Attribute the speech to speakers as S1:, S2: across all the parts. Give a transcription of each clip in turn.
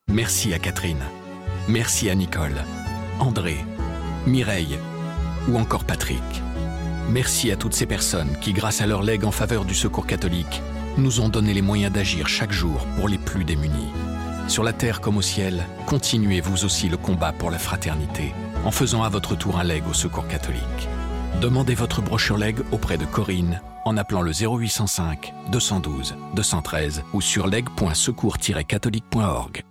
S1: Merci à Catherine. Merci à Nicole, André, Mireille ou encore Patrick. Merci à toutes ces personnes qui, grâce à leur legs en faveur du Secours catholique, nous ont donné les moyens d'agir chaque jour pour les plus démunis. Sur la terre comme au ciel, continuez vous aussi le combat pour la fraternité en faisant à votre tour un leg au Secours catholique. Demandez votre brochure leg auprès de Corinne en appelant le 0805 212 213 ou sur leg.secours-catholique.org.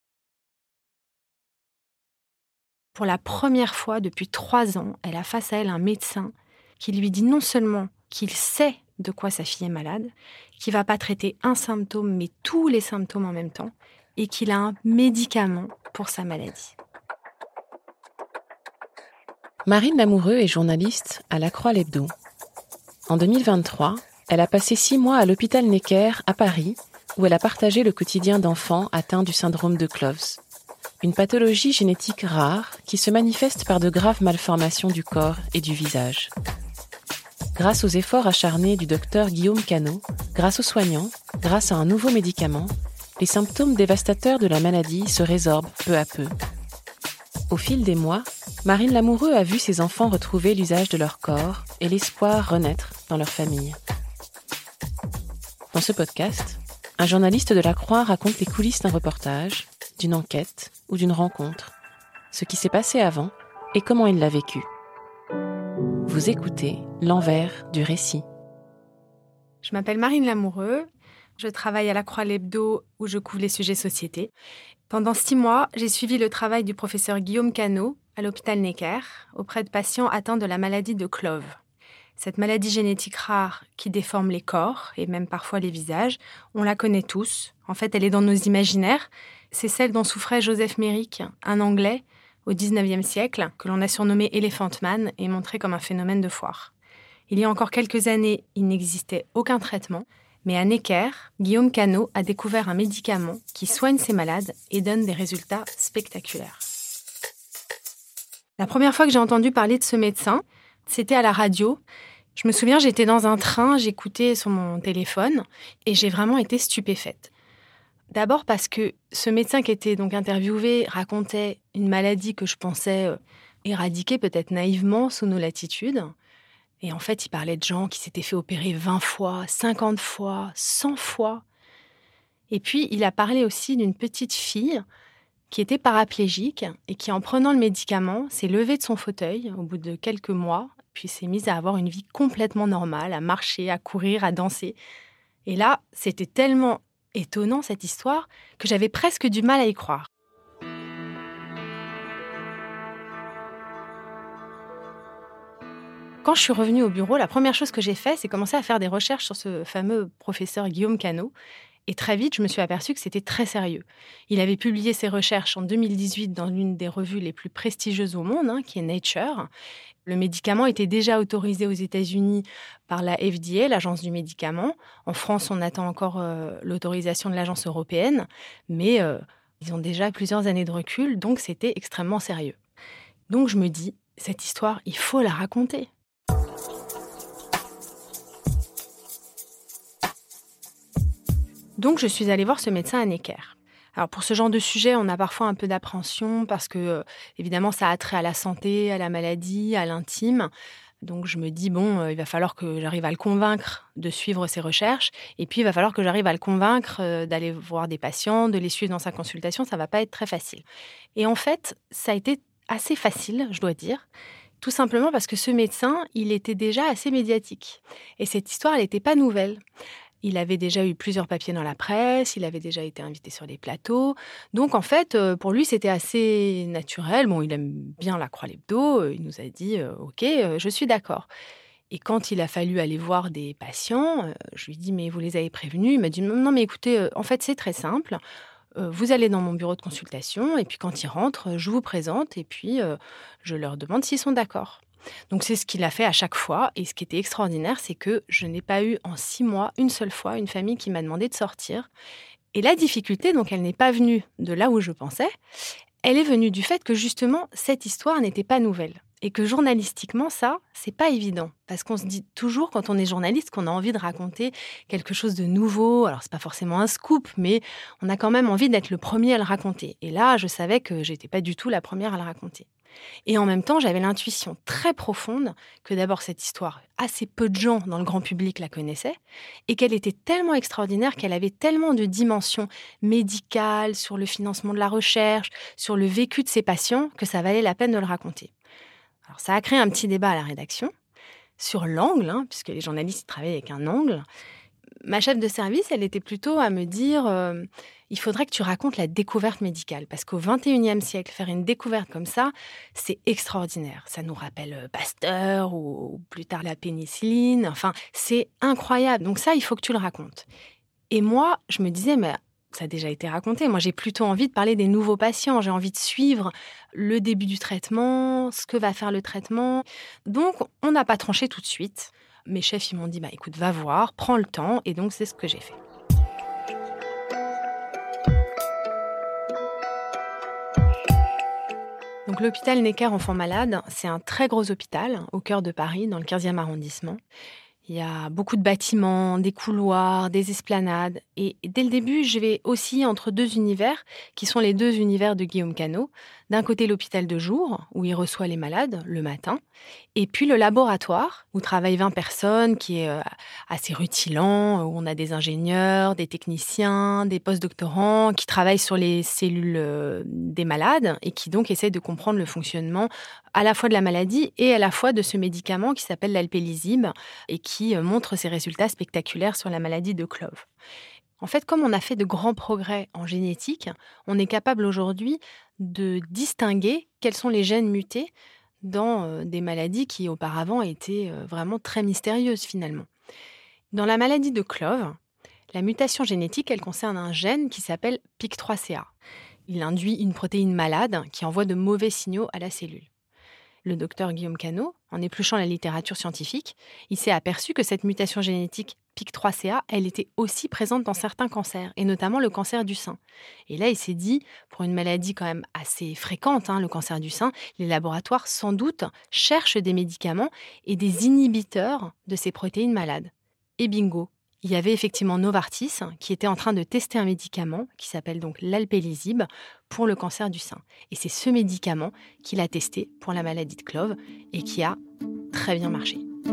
S2: Pour la première fois depuis 3 ans, elle a face à elle un médecin qui lui dit non seulement qu'il sait de quoi sa fille est malade, qu'il ne va pas traiter un symptôme, mais tous les symptômes en même temps, et qu'il a un médicament pour sa maladie.
S3: Marine Lamoureux est journaliste à La Croix l'Hebdo. En 2023, elle a passé 6 mois à l'hôpital Necker à Paris, où elle a partagé le quotidien d'enfants atteints du syndrome de Cloves, une pathologie génétique rare qui se manifeste par de graves malformations du corps et du visage. Grâce aux efforts acharnés du docteur Guillaume Cano, grâce aux soignants, grâce à un nouveau médicament, les symptômes dévastateurs de la maladie se résorbent peu à peu. Au fil des mois, Marine Lamoureux a vu ses enfants retrouver l'usage de leur corps et l'espoir renaître dans leur famille. Dans ce podcast, un journaliste de La Croix raconte les coulisses d'un reportage, d'une enquête ou d'une rencontre, ce qui s'est passé avant et comment il l'a vécu. Vous écoutez l'envers du récit.
S2: Je m'appelle Marine Lamoureux, je travaille à La Croix l'Hebdo où je couvre les sujets société. Pendant 6 mois, j'ai suivi le travail du professeur Guillaume Cano à l'hôpital Necker auprès de patients atteints de la maladie de Cloves. Cette maladie génétique rare qui déforme les corps et même parfois les visages, on la connaît tous. En fait, elle est dans nos imaginaires. C'est celle dont souffrait Joseph Merrick, un Anglais, au XIXe siècle, que l'on a surnommé Elephant Man et montré comme un phénomène de foire. Il y a encore quelques années, il n'existait aucun traitement, mais à Necker, Guillaume Cano a découvert un médicament qui soigne ces malades et donne des résultats spectaculaires. La première fois que j'ai entendu parler de ce médecin, c'était à la radio. Je me souviens, j'étais dans un train, j'écoutais sur mon téléphone et j'ai vraiment été stupéfaite. D'abord parce que ce médecin qui était donc interviewé racontait une maladie que je pensais éradiquer peut-être naïvement sous nos latitudes. Et en fait, il parlait de gens qui s'étaient fait opérer 20 fois, 50 fois, 100 fois. Et puis, il a parlé aussi d'une petite fille qui était paraplégique et qui, en prenant le médicament, s'est levée de son fauteuil au bout de quelques mois, puis s'est mise à avoir une vie complètement normale, à marcher, à courir, à danser. Et là, c'était tellement étonnant cette histoire que j'avais presque du mal à y croire. Quand je suis revenue au bureau, la première chose que j'ai fait, c'est commencer à faire des recherches sur ce fameux professeur Guillaume Cano. Et très vite, je me suis aperçue que c'était très sérieux. Il avait publié ses recherches en 2018 dans l'une des revues les plus prestigieuses au monde, qui est Nature. Le médicament était déjà autorisé aux États-Unis par la FDA, l'agence du médicament. En France, on attend encore l'autorisation de l'agence européenne, mais ils ont déjà plusieurs années de recul, donc c'était extrêmement sérieux. Donc je me dis, cette histoire, il faut la raconter. Donc je suis allée voir ce médecin à Necker. Alors pour ce genre de sujet, on a parfois un peu d'appréhension parce que, évidemment, ça a trait à la santé, à la maladie, à l'intime. Donc je me dis, il va falloir que j'arrive à le convaincre de suivre ses recherches. Et puis, il va falloir que j'arrive à le convaincre d'aller voir des patients, de les suivre dans sa consultation. Ça ne va pas être très facile. Et en fait, ça a été assez facile, je dois dire. Tout simplement parce que ce médecin, il était déjà assez médiatique. Et cette histoire, elle n'était pas nouvelle. Il avait déjà eu plusieurs papiers dans la presse, il avait déjà été invité sur des plateaux. Donc, en fait, pour lui, c'était assez naturel. Bon, il aime bien La Croix l'Hebdo. Il nous a dit « Ok, je suis d'accord ». Et quand il a fallu aller voir des patients, je lui ai dit « Mais vous les avez prévenus ?» Il m'a dit « Non, mais écoutez, en fait, c'est très simple. Vous allez dans mon bureau de consultation et puis quand ils rentrent, je vous présente et puis je leur demande s'ils sont d'accord. » Donc c'est ce qu'il a fait à chaque fois et ce qui était extraordinaire, c'est que je n'ai pas eu en 6 mois une seule fois une famille qui m'a demandé de sortir. Et la difficulté, donc elle n'est pas venue de là où je pensais, elle est venue du fait que justement cette histoire n'était pas nouvelle. Et que journalistiquement, ça, c'est pas évident. Parce qu'on se dit toujours, quand on est journaliste, qu'on a envie de raconter quelque chose de nouveau. Alors, c'est pas forcément un scoop, mais on a quand même envie d'être le premier à le raconter. Et là, je savais que j'étais pas du tout la première à le raconter. Et en même temps, j'avais l'intuition très profonde que d'abord, cette histoire, assez peu de gens dans le grand public la connaissaient, et qu'elle était tellement extraordinaire, qu'elle avait tellement de dimensions médicales, sur le financement de la recherche, sur le vécu de ses patients, que ça valait la peine de le raconter. Alors, ça a créé un petit débat à la rédaction sur l'angle, puisque les journalistes travaillent avec un angle. Ma chef de service, elle était plutôt à me dire il faudrait que tu racontes la découverte médicale. Parce qu'au XXIe siècle, faire une découverte comme ça, c'est extraordinaire. Ça nous rappelle Pasteur ou plus tard la pénicilline. Enfin, c'est incroyable. Donc ça, il faut que tu le racontes. Et moi, je me disais, mais ça a déjà été raconté. Moi, j'ai plutôt envie de parler des nouveaux patients. J'ai envie de suivre le début du traitement, ce que va faire le traitement. Donc, on n'a pas tranché tout de suite. Mes chefs, ils m'ont dit, écoute, va voir, prends le temps. Et donc, c'est ce que j'ai fait. Donc, l'hôpital Necker Enfants Malades, c'est un très gros hôpital au cœur de Paris, dans le 15e arrondissement. Il y a beaucoup de bâtiments, des couloirs, des esplanades. Et dès le début, je vais osciller entre deux univers, qui sont les deux univers de Guillaume Canot. D'un côté, l'hôpital de jour, où il reçoit les malades le matin. Et puis le laboratoire, où travaillent 20 personnes, qui est assez rutilant, où on a des ingénieurs, des techniciens, des post-doctorants, qui travaillent sur les cellules des malades et qui donc essaient de comprendre le fonctionnement à la fois de la maladie et à la fois de ce médicament qui s'appelle l'alpélizib et qui montre ses résultats spectaculaires sur la maladie de Clove. En fait, comme on a fait de grands progrès en génétique, on est capable aujourd'hui de distinguer quels sont les gènes mutés dans des maladies qui auparavant étaient vraiment très mystérieuses finalement. Dans la maladie de Clove, la mutation génétique, elle concerne un gène qui s'appelle PIK3CA. Il induit une protéine malade qui envoie de mauvais signaux à la cellule. Le docteur Guillaume Canot, en épluchant la littérature scientifique, il s'est aperçu que cette mutation génétique PIK3CA, elle était aussi présente dans certains cancers, et notamment le cancer du sein. Et là, il s'est dit, pour une maladie quand même assez fréquente, le cancer du sein, les laboratoires, sans doute, cherchent des médicaments et des inhibiteurs de ces protéines malades. Et bingo, il y avait effectivement Novartis qui était en train de tester un médicament qui s'appelle donc l'alpélizib pour le cancer du sein. Et c'est ce médicament qu'il a testé pour la maladie de Clove et qui a très bien marché.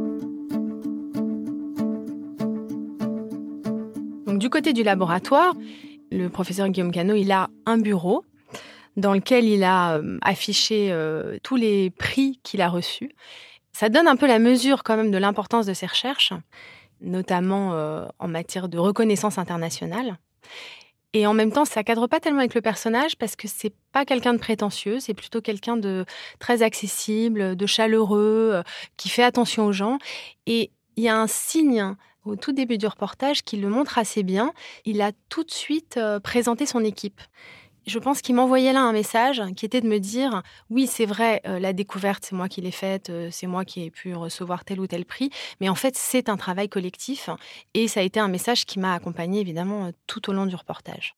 S2: Donc du côté du laboratoire, le professeur Guillaume Canot, il a un bureau dans lequel il a affiché tous les prix qu'il a reçus. Ça donne un peu la mesure quand même de l'importance de ces recherches, notamment en matière de reconnaissance internationale. Et en même temps, ça cadre pas tellement avec le personnage parce que c'est pas quelqu'un de prétentieux, c'est plutôt quelqu'un de très accessible, de chaleureux, qui fait attention aux gens. Et il y a un signe au tout début du reportage qui le montre assez bien. Il a tout de suite présenté son équipe. Je pense qu'il m'envoyait là un message qui était de me dire « Oui, c'est vrai, la découverte, c'est moi qui l'ai faite, c'est moi qui ai pu recevoir tel ou tel prix, mais en fait, c'est un travail collectif. » Et ça a été un message qui m'a accompagnée, évidemment, tout au long du reportage.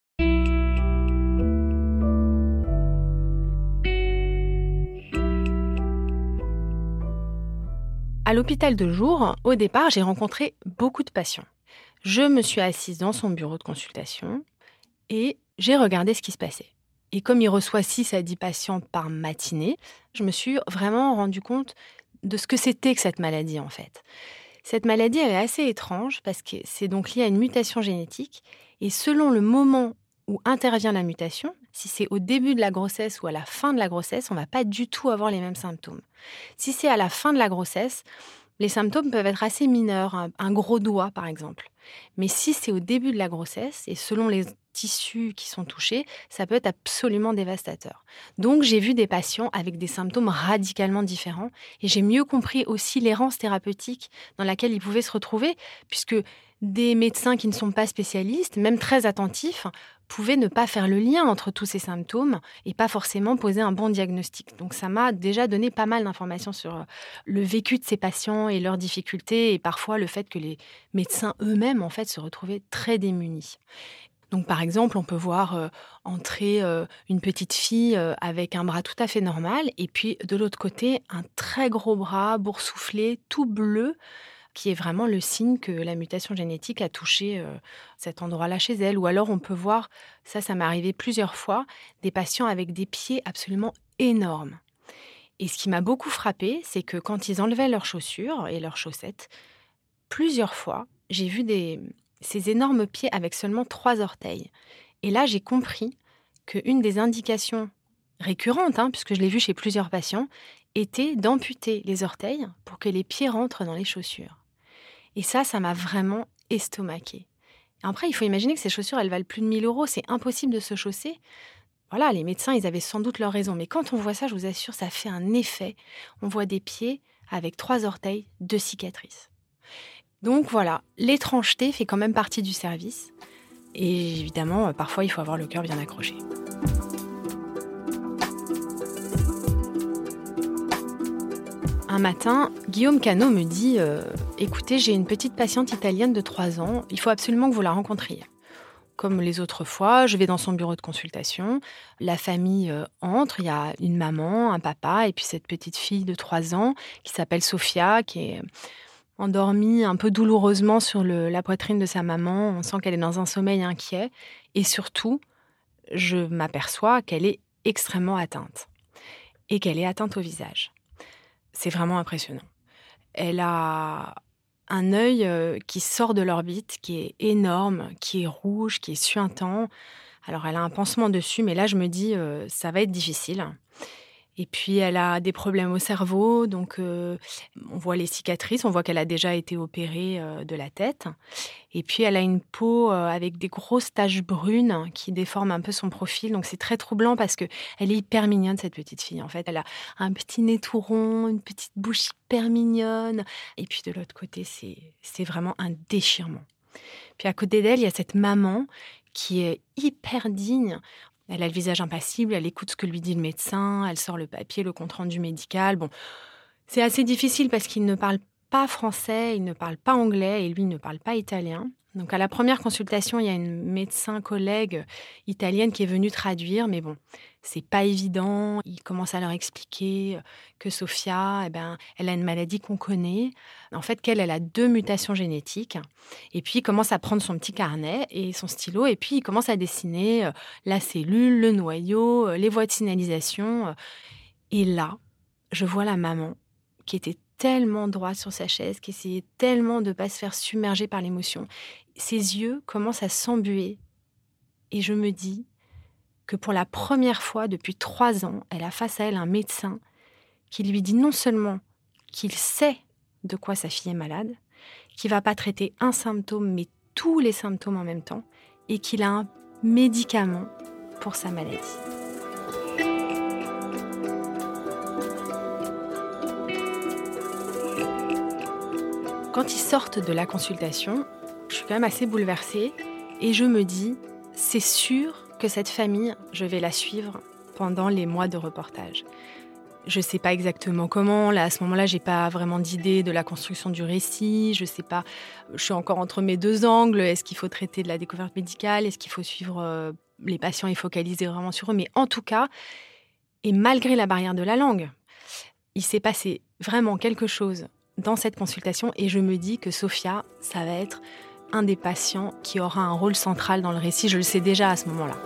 S2: À l'hôpital de jour, au départ, j'ai rencontré beaucoup de patients. Je me suis assise dans son bureau de consultation et j'ai regardé ce qui se passait. Et comme il reçoit 6 à 10 patients par matinée, je me suis vraiment rendu compte de ce que c'était que cette maladie, en fait. Cette maladie, elle est assez étrange parce que c'est donc lié à une mutation génétique. Et selon le moment où intervient la mutation, si c'est au début de la grossesse ou à la fin de la grossesse, on ne va pas du tout avoir les mêmes symptômes. Si c'est à la fin de la grossesse, les symptômes peuvent être assez mineurs, un gros doigt par exemple. Mais si c'est au début de la grossesse, et selon les tissus qui sont touchés, ça peut être absolument dévastateur. Donc j'ai vu des patients avec des symptômes radicalement différents et j'ai mieux compris aussi l'errance thérapeutique dans laquelle ils pouvaient se retrouver, puisque des médecins qui ne sont pas spécialistes, même très attentifs, pouvaient ne pas faire le lien entre tous ces symptômes et pas forcément poser un bon diagnostic. Donc ça m'a déjà donné pas mal d'informations sur le vécu de ces patients et leurs difficultés et parfois le fait que les médecins eux-mêmes en fait se retrouvaient très démunis. Donc, par exemple, on peut voir entrer une petite fille avec un bras tout à fait normal, et puis de l'autre côté, un très gros bras boursouflé, tout bleu, qui est vraiment le signe que la mutation génétique a touché cet endroit-là chez elle. Ou alors, on peut voir, ça m'est arrivé plusieurs fois, des patients avec des pieds absolument énormes. Et ce qui m'a beaucoup frappée, c'est que quand ils enlevaient leurs chaussures et leurs chaussettes, plusieurs fois, j'ai vu ces énormes pieds avec seulement 3 orteils. Et là, j'ai compris qu'une des indications récurrentes, puisque je l'ai vu chez plusieurs patients, était d'amputer les orteils pour que les pieds rentrent dans les chaussures. Et ça m'a vraiment estomaquée. Après, il faut imaginer que ces chaussures, elles valent plus de 1 000 €. C'est impossible de se chausser. Voilà, les médecins, ils avaient sans doute leur raison. Mais quand on voit ça, je vous assure, ça fait un effet. On voit des pieds avec 3 orteils, 2 cicatrices. Donc voilà, l'étrangeté fait quand même partie du service. Et évidemment, parfois, il faut avoir le cœur bien accroché. Un matin, Guillaume Cano me dit « Écoutez, j'ai une petite patiente italienne de 3 ans, il faut absolument que vous la rencontriez. » Comme les autres fois, je vais dans son bureau de consultation. La famille entre, il y a une maman, un papa et puis cette petite fille de 3 ans qui s'appelle Sophia, qui est endormie un peu douloureusement sur la poitrine de sa maman. On sent qu'elle est dans un sommeil inquiet. Et surtout, je m'aperçois qu'elle est extrêmement atteinte et qu'elle est atteinte au visage. C'est vraiment impressionnant. Elle a un œil qui sort de l'orbite, qui est énorme, qui est rouge, qui est suintant. Alors, elle a un pansement dessus, mais là, je me dis, ça va être difficile. Et puis, elle a des problèmes au cerveau, donc on voit les cicatrices, on voit qu'elle a déjà été opérée de la tête. Et puis, elle a une peau avec des grosses taches brunes qui déforment un peu son profil. Donc, c'est très troublant parce qu'elle est hyper mignonne, cette petite fille. En fait, elle a un petit nez tout rond, une petite bouche hyper mignonne. Et puis, de l'autre côté, c'est vraiment un déchirement. Puis, à côté d'elle, il y a cette maman qui est hyper digne. Elle a le visage impassible, elle écoute ce que lui dit le médecin, elle sort le papier, le compte-rendu médical. Bon, c'est assez difficile parce qu'il ne parle pas français, il ne parle pas anglais et lui ne parle pas italien. Donc à la première consultation, il y a une médecin collègue italienne qui est venue traduire, mais bon, c'est pas évident. Il commence à leur expliquer que Sophia, elle a une maladie qu'on connaît. En fait, qu'elle a 2 mutations génétiques. Et puis, il commence à prendre son petit carnet et son stylo, et puis il commence à dessiner la cellule, le noyau, les voies de signalisation. Et là, je vois la maman qui était tellement droite sur sa chaise, qui essayait tellement de ne pas se faire submerger par l'émotion. Ses yeux commencent à s'embuer. Et je me dis que pour la première fois depuis 3 ans, elle a face à elle un médecin qui lui dit non seulement qu'il sait de quoi sa fille est malade, qu'il ne va pas traiter un symptôme, mais tous les symptômes en même temps, et qu'il a un médicament pour sa maladie. Quand ils sortent de la consultation, je suis quand même assez bouleversée et je me dis, c'est sûr que cette famille, je vais la suivre pendant les mois de reportage. Je ne sais pas exactement comment, là, à ce moment-là, j'ai pas vraiment d'idée de la construction du récit, je sais pas, je suis encore entre mes 2 angles, est-ce qu'il faut traiter de la découverte médicale, est-ce qu'il faut suivre les patients et focaliser vraiment sur eux, mais en tout cas, et malgré la barrière de la langue, il s'est passé vraiment quelque chose dans cette consultation et je me dis que Sophia, ça va être un des patients qui aura un rôle central dans le récit, je le sais déjà à ce moment-là.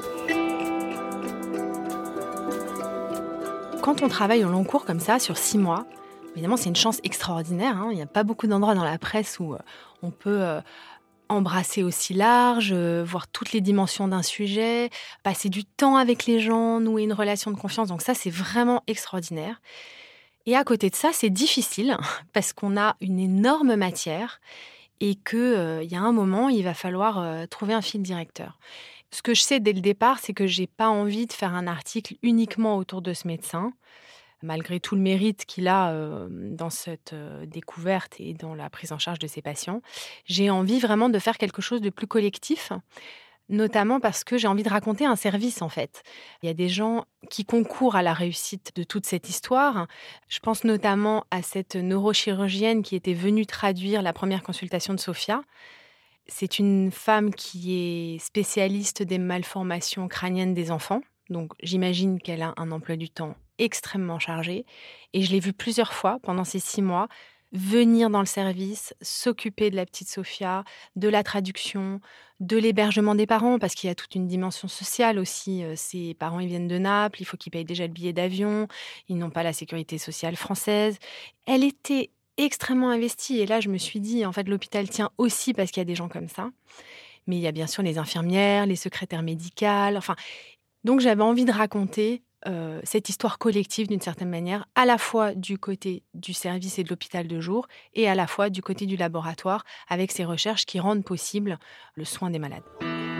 S2: Quand on travaille au long cours comme ça, sur 6 mois, évidemment c'est une chance extraordinaire, il n'y a pas beaucoup d'endroits dans la presse où on peut embrasser aussi large, voir toutes les dimensions d'un sujet, passer du temps avec les gens, nouer une relation de confiance, donc ça c'est vraiment extraordinaire. Et à côté de ça, c'est difficile parce qu'on a une énorme matière et qu'il y a un moment, il va falloir trouver un fil directeur. Ce que je sais dès le départ, c'est que je n'ai pas envie de faire un article uniquement autour de ce médecin, malgré tout le mérite qu'il a dans cette découverte et dans la prise en charge de ses patients. J'ai envie vraiment de faire quelque chose de plus collectif, notamment parce que j'ai envie de raconter un service, en fait. Il y a des gens qui concourent à la réussite de toute cette histoire. Je pense notamment à cette neurochirurgienne qui était venue traduire la première consultation de Sophia. C'est une femme qui est spécialiste des malformations crâniennes des enfants. Donc, j'imagine qu'elle a un emploi du temps extrêmement chargé. Et je l'ai vue plusieurs fois pendant ces 6 mois venir dans le service, s'occuper de la petite Sophia, de la traduction, de l'hébergement des parents, parce qu'il y a toute une dimension sociale aussi. Ses parents, ils viennent de Naples, il faut qu'ils payent déjà le billet d'avion, ils n'ont pas la sécurité sociale française. Elle était extrêmement investie. Et là, je me suis dit, en fait, l'hôpital tient aussi parce qu'il y a des gens comme ça. Mais il y a bien sûr les infirmières, les secrétaires médicales. Enfin, donc j'avais envie de raconter cette histoire collective d'une certaine manière, à la fois du côté du service et de l'hôpital de jour, et à la fois du côté du laboratoire, avec ces recherches qui rendent possible le soin des malades.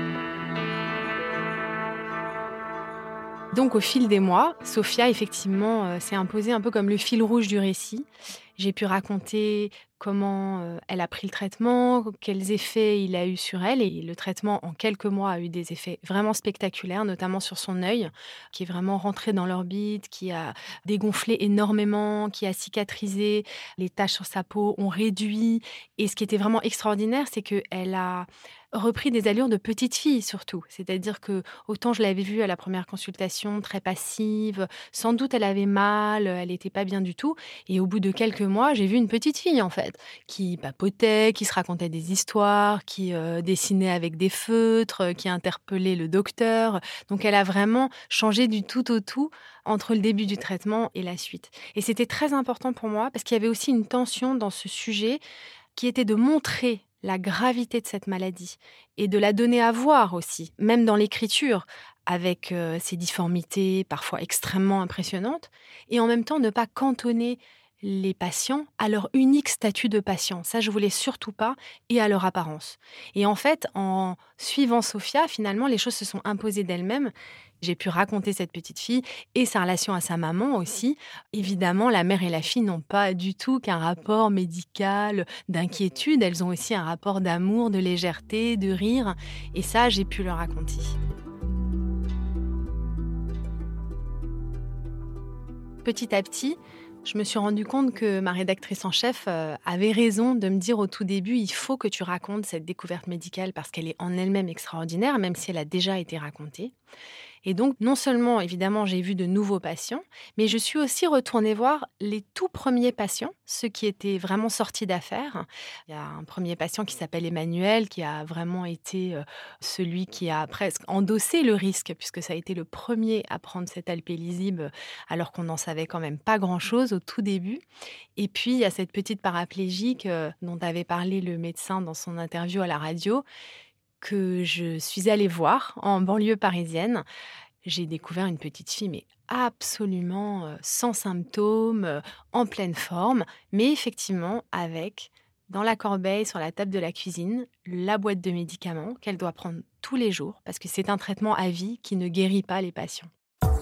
S2: Donc au fil des mois, Sophia, effectivement, s'est imposée un peu comme le fil rouge du récit. J'ai pu raconter comment elle a pris le traitement, quels effets il a eu sur elle. Et le traitement, en quelques mois, a eu des effets vraiment spectaculaires, notamment sur son œil, qui est vraiment rentré dans l'orbite, qui a dégonflé énormément, qui a cicatrisé. Les taches sur sa peau ont réduit. Et ce qui était vraiment extraordinaire, c'est qu'elle a repris des allures de petite fille, surtout. C'est-à-dire que, autant je l'avais vue à la première consultation, très passive, sans doute elle avait mal, elle n'était pas bien du tout. Et au bout de quelques mois, j'ai vu une petite fille, en fait, qui papotait, qui se racontait des histoires, qui dessinait avec des feutres, qui interpellait le docteur. Donc, elle a vraiment changé du tout au tout entre le début du traitement et la suite. Et c'était très important pour moi, parce qu'il y avait aussi une tension dans ce sujet qui était de montrer la gravité de cette maladie et de la donner à voir aussi, même dans l'écriture, avec ses difformités parfois extrêmement impressionnantes, et en même temps ne pas cantonner les patients à leur unique statut de patient. Ça, je voulais surtout pas, et à leur apparence. Et en fait, en suivant Sophia, finalement, les choses se sont imposées d'elles-mêmes. J'ai pu raconter cette petite fille et sa relation à sa maman aussi. Évidemment, la mère et la fille n'ont pas du tout qu'un rapport médical, d'inquiétude. Elles ont aussi un rapport d'amour, de légèreté, de rire. Et ça, j'ai pu le raconter. Petit à petit, je me suis rendu compte que ma rédactrice en chef avait raison de me dire au tout début, il faut que tu racontes cette découverte médicale parce qu'elle est en elle-même extraordinaire, même si elle a déjà été racontée. Et donc, non seulement, évidemment, j'ai vu de nouveaux patients, mais je suis aussi retournée voir les tout premiers patients, ceux qui étaient vraiment sortis d'affaires. Il y a un premier patient qui s'appelle Emmanuel, qui a vraiment été celui qui a presque endossé le risque, puisque ça a été le premier à prendre cet alpélisib, alors qu'on n'en savait quand même pas grand-chose au tout début. Et puis, il y a cette petite paraplégique dont avait parlé le médecin dans son interview à la radio, que je suis allée voir en banlieue parisienne. J'ai découvert une petite fille, mais absolument sans symptômes, en pleine forme, mais effectivement avec, dans la corbeille, sur la table de la cuisine, la boîte de médicaments qu'elle doit prendre tous les jours, parce que c'est un traitement à vie qui ne guérit pas les patients.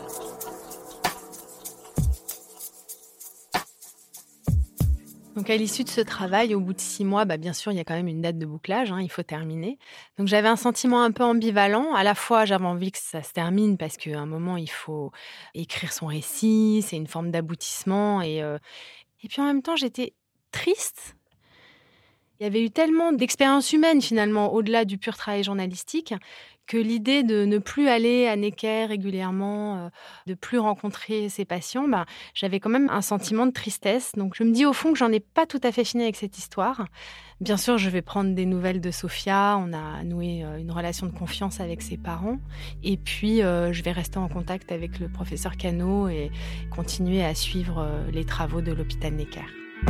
S2: Donc, à l'issue de ce travail, au bout de 6 mois, bien sûr, il y a quand même une date de bouclage, il faut terminer. Donc, j'avais un sentiment un peu ambivalent. À la fois, j'avais envie que ça se termine parce qu'à un moment, il faut écrire son récit, c'est une forme d'aboutissement. Et puis, en même temps, j'étais triste. Il y avait eu tellement d'expériences humaines, finalement, au-delà du pur travail journalistique, que l'idée de ne plus aller à Necker régulièrement, de plus rencontrer ces patients, j'avais quand même un sentiment de tristesse. Donc, je me dis au fond que j'en ai pas tout à fait fini avec cette histoire. Bien sûr, je vais prendre des nouvelles de Sophia. On a noué une relation de confiance avec ses parents. Et puis, je vais rester en contact avec le professeur Cano et continuer à suivre les travaux de l'hôpital Necker.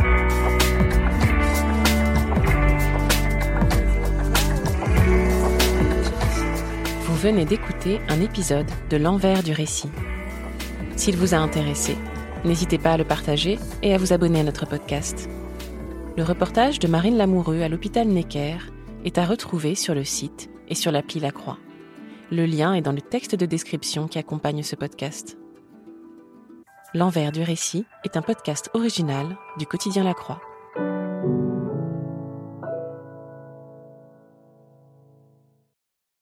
S3: Vous venez d'écouter un épisode de L'Envers du récit. S'il vous a intéressé, n'hésitez pas à le partager et à vous abonner à notre podcast. Le reportage de Marine Lamoureux à l'hôpital Necker est à retrouver sur le site et sur l'appli La Croix. Le lien est dans le texte de description qui accompagne ce podcast. L'Envers du récit est un podcast original du quotidien La Croix.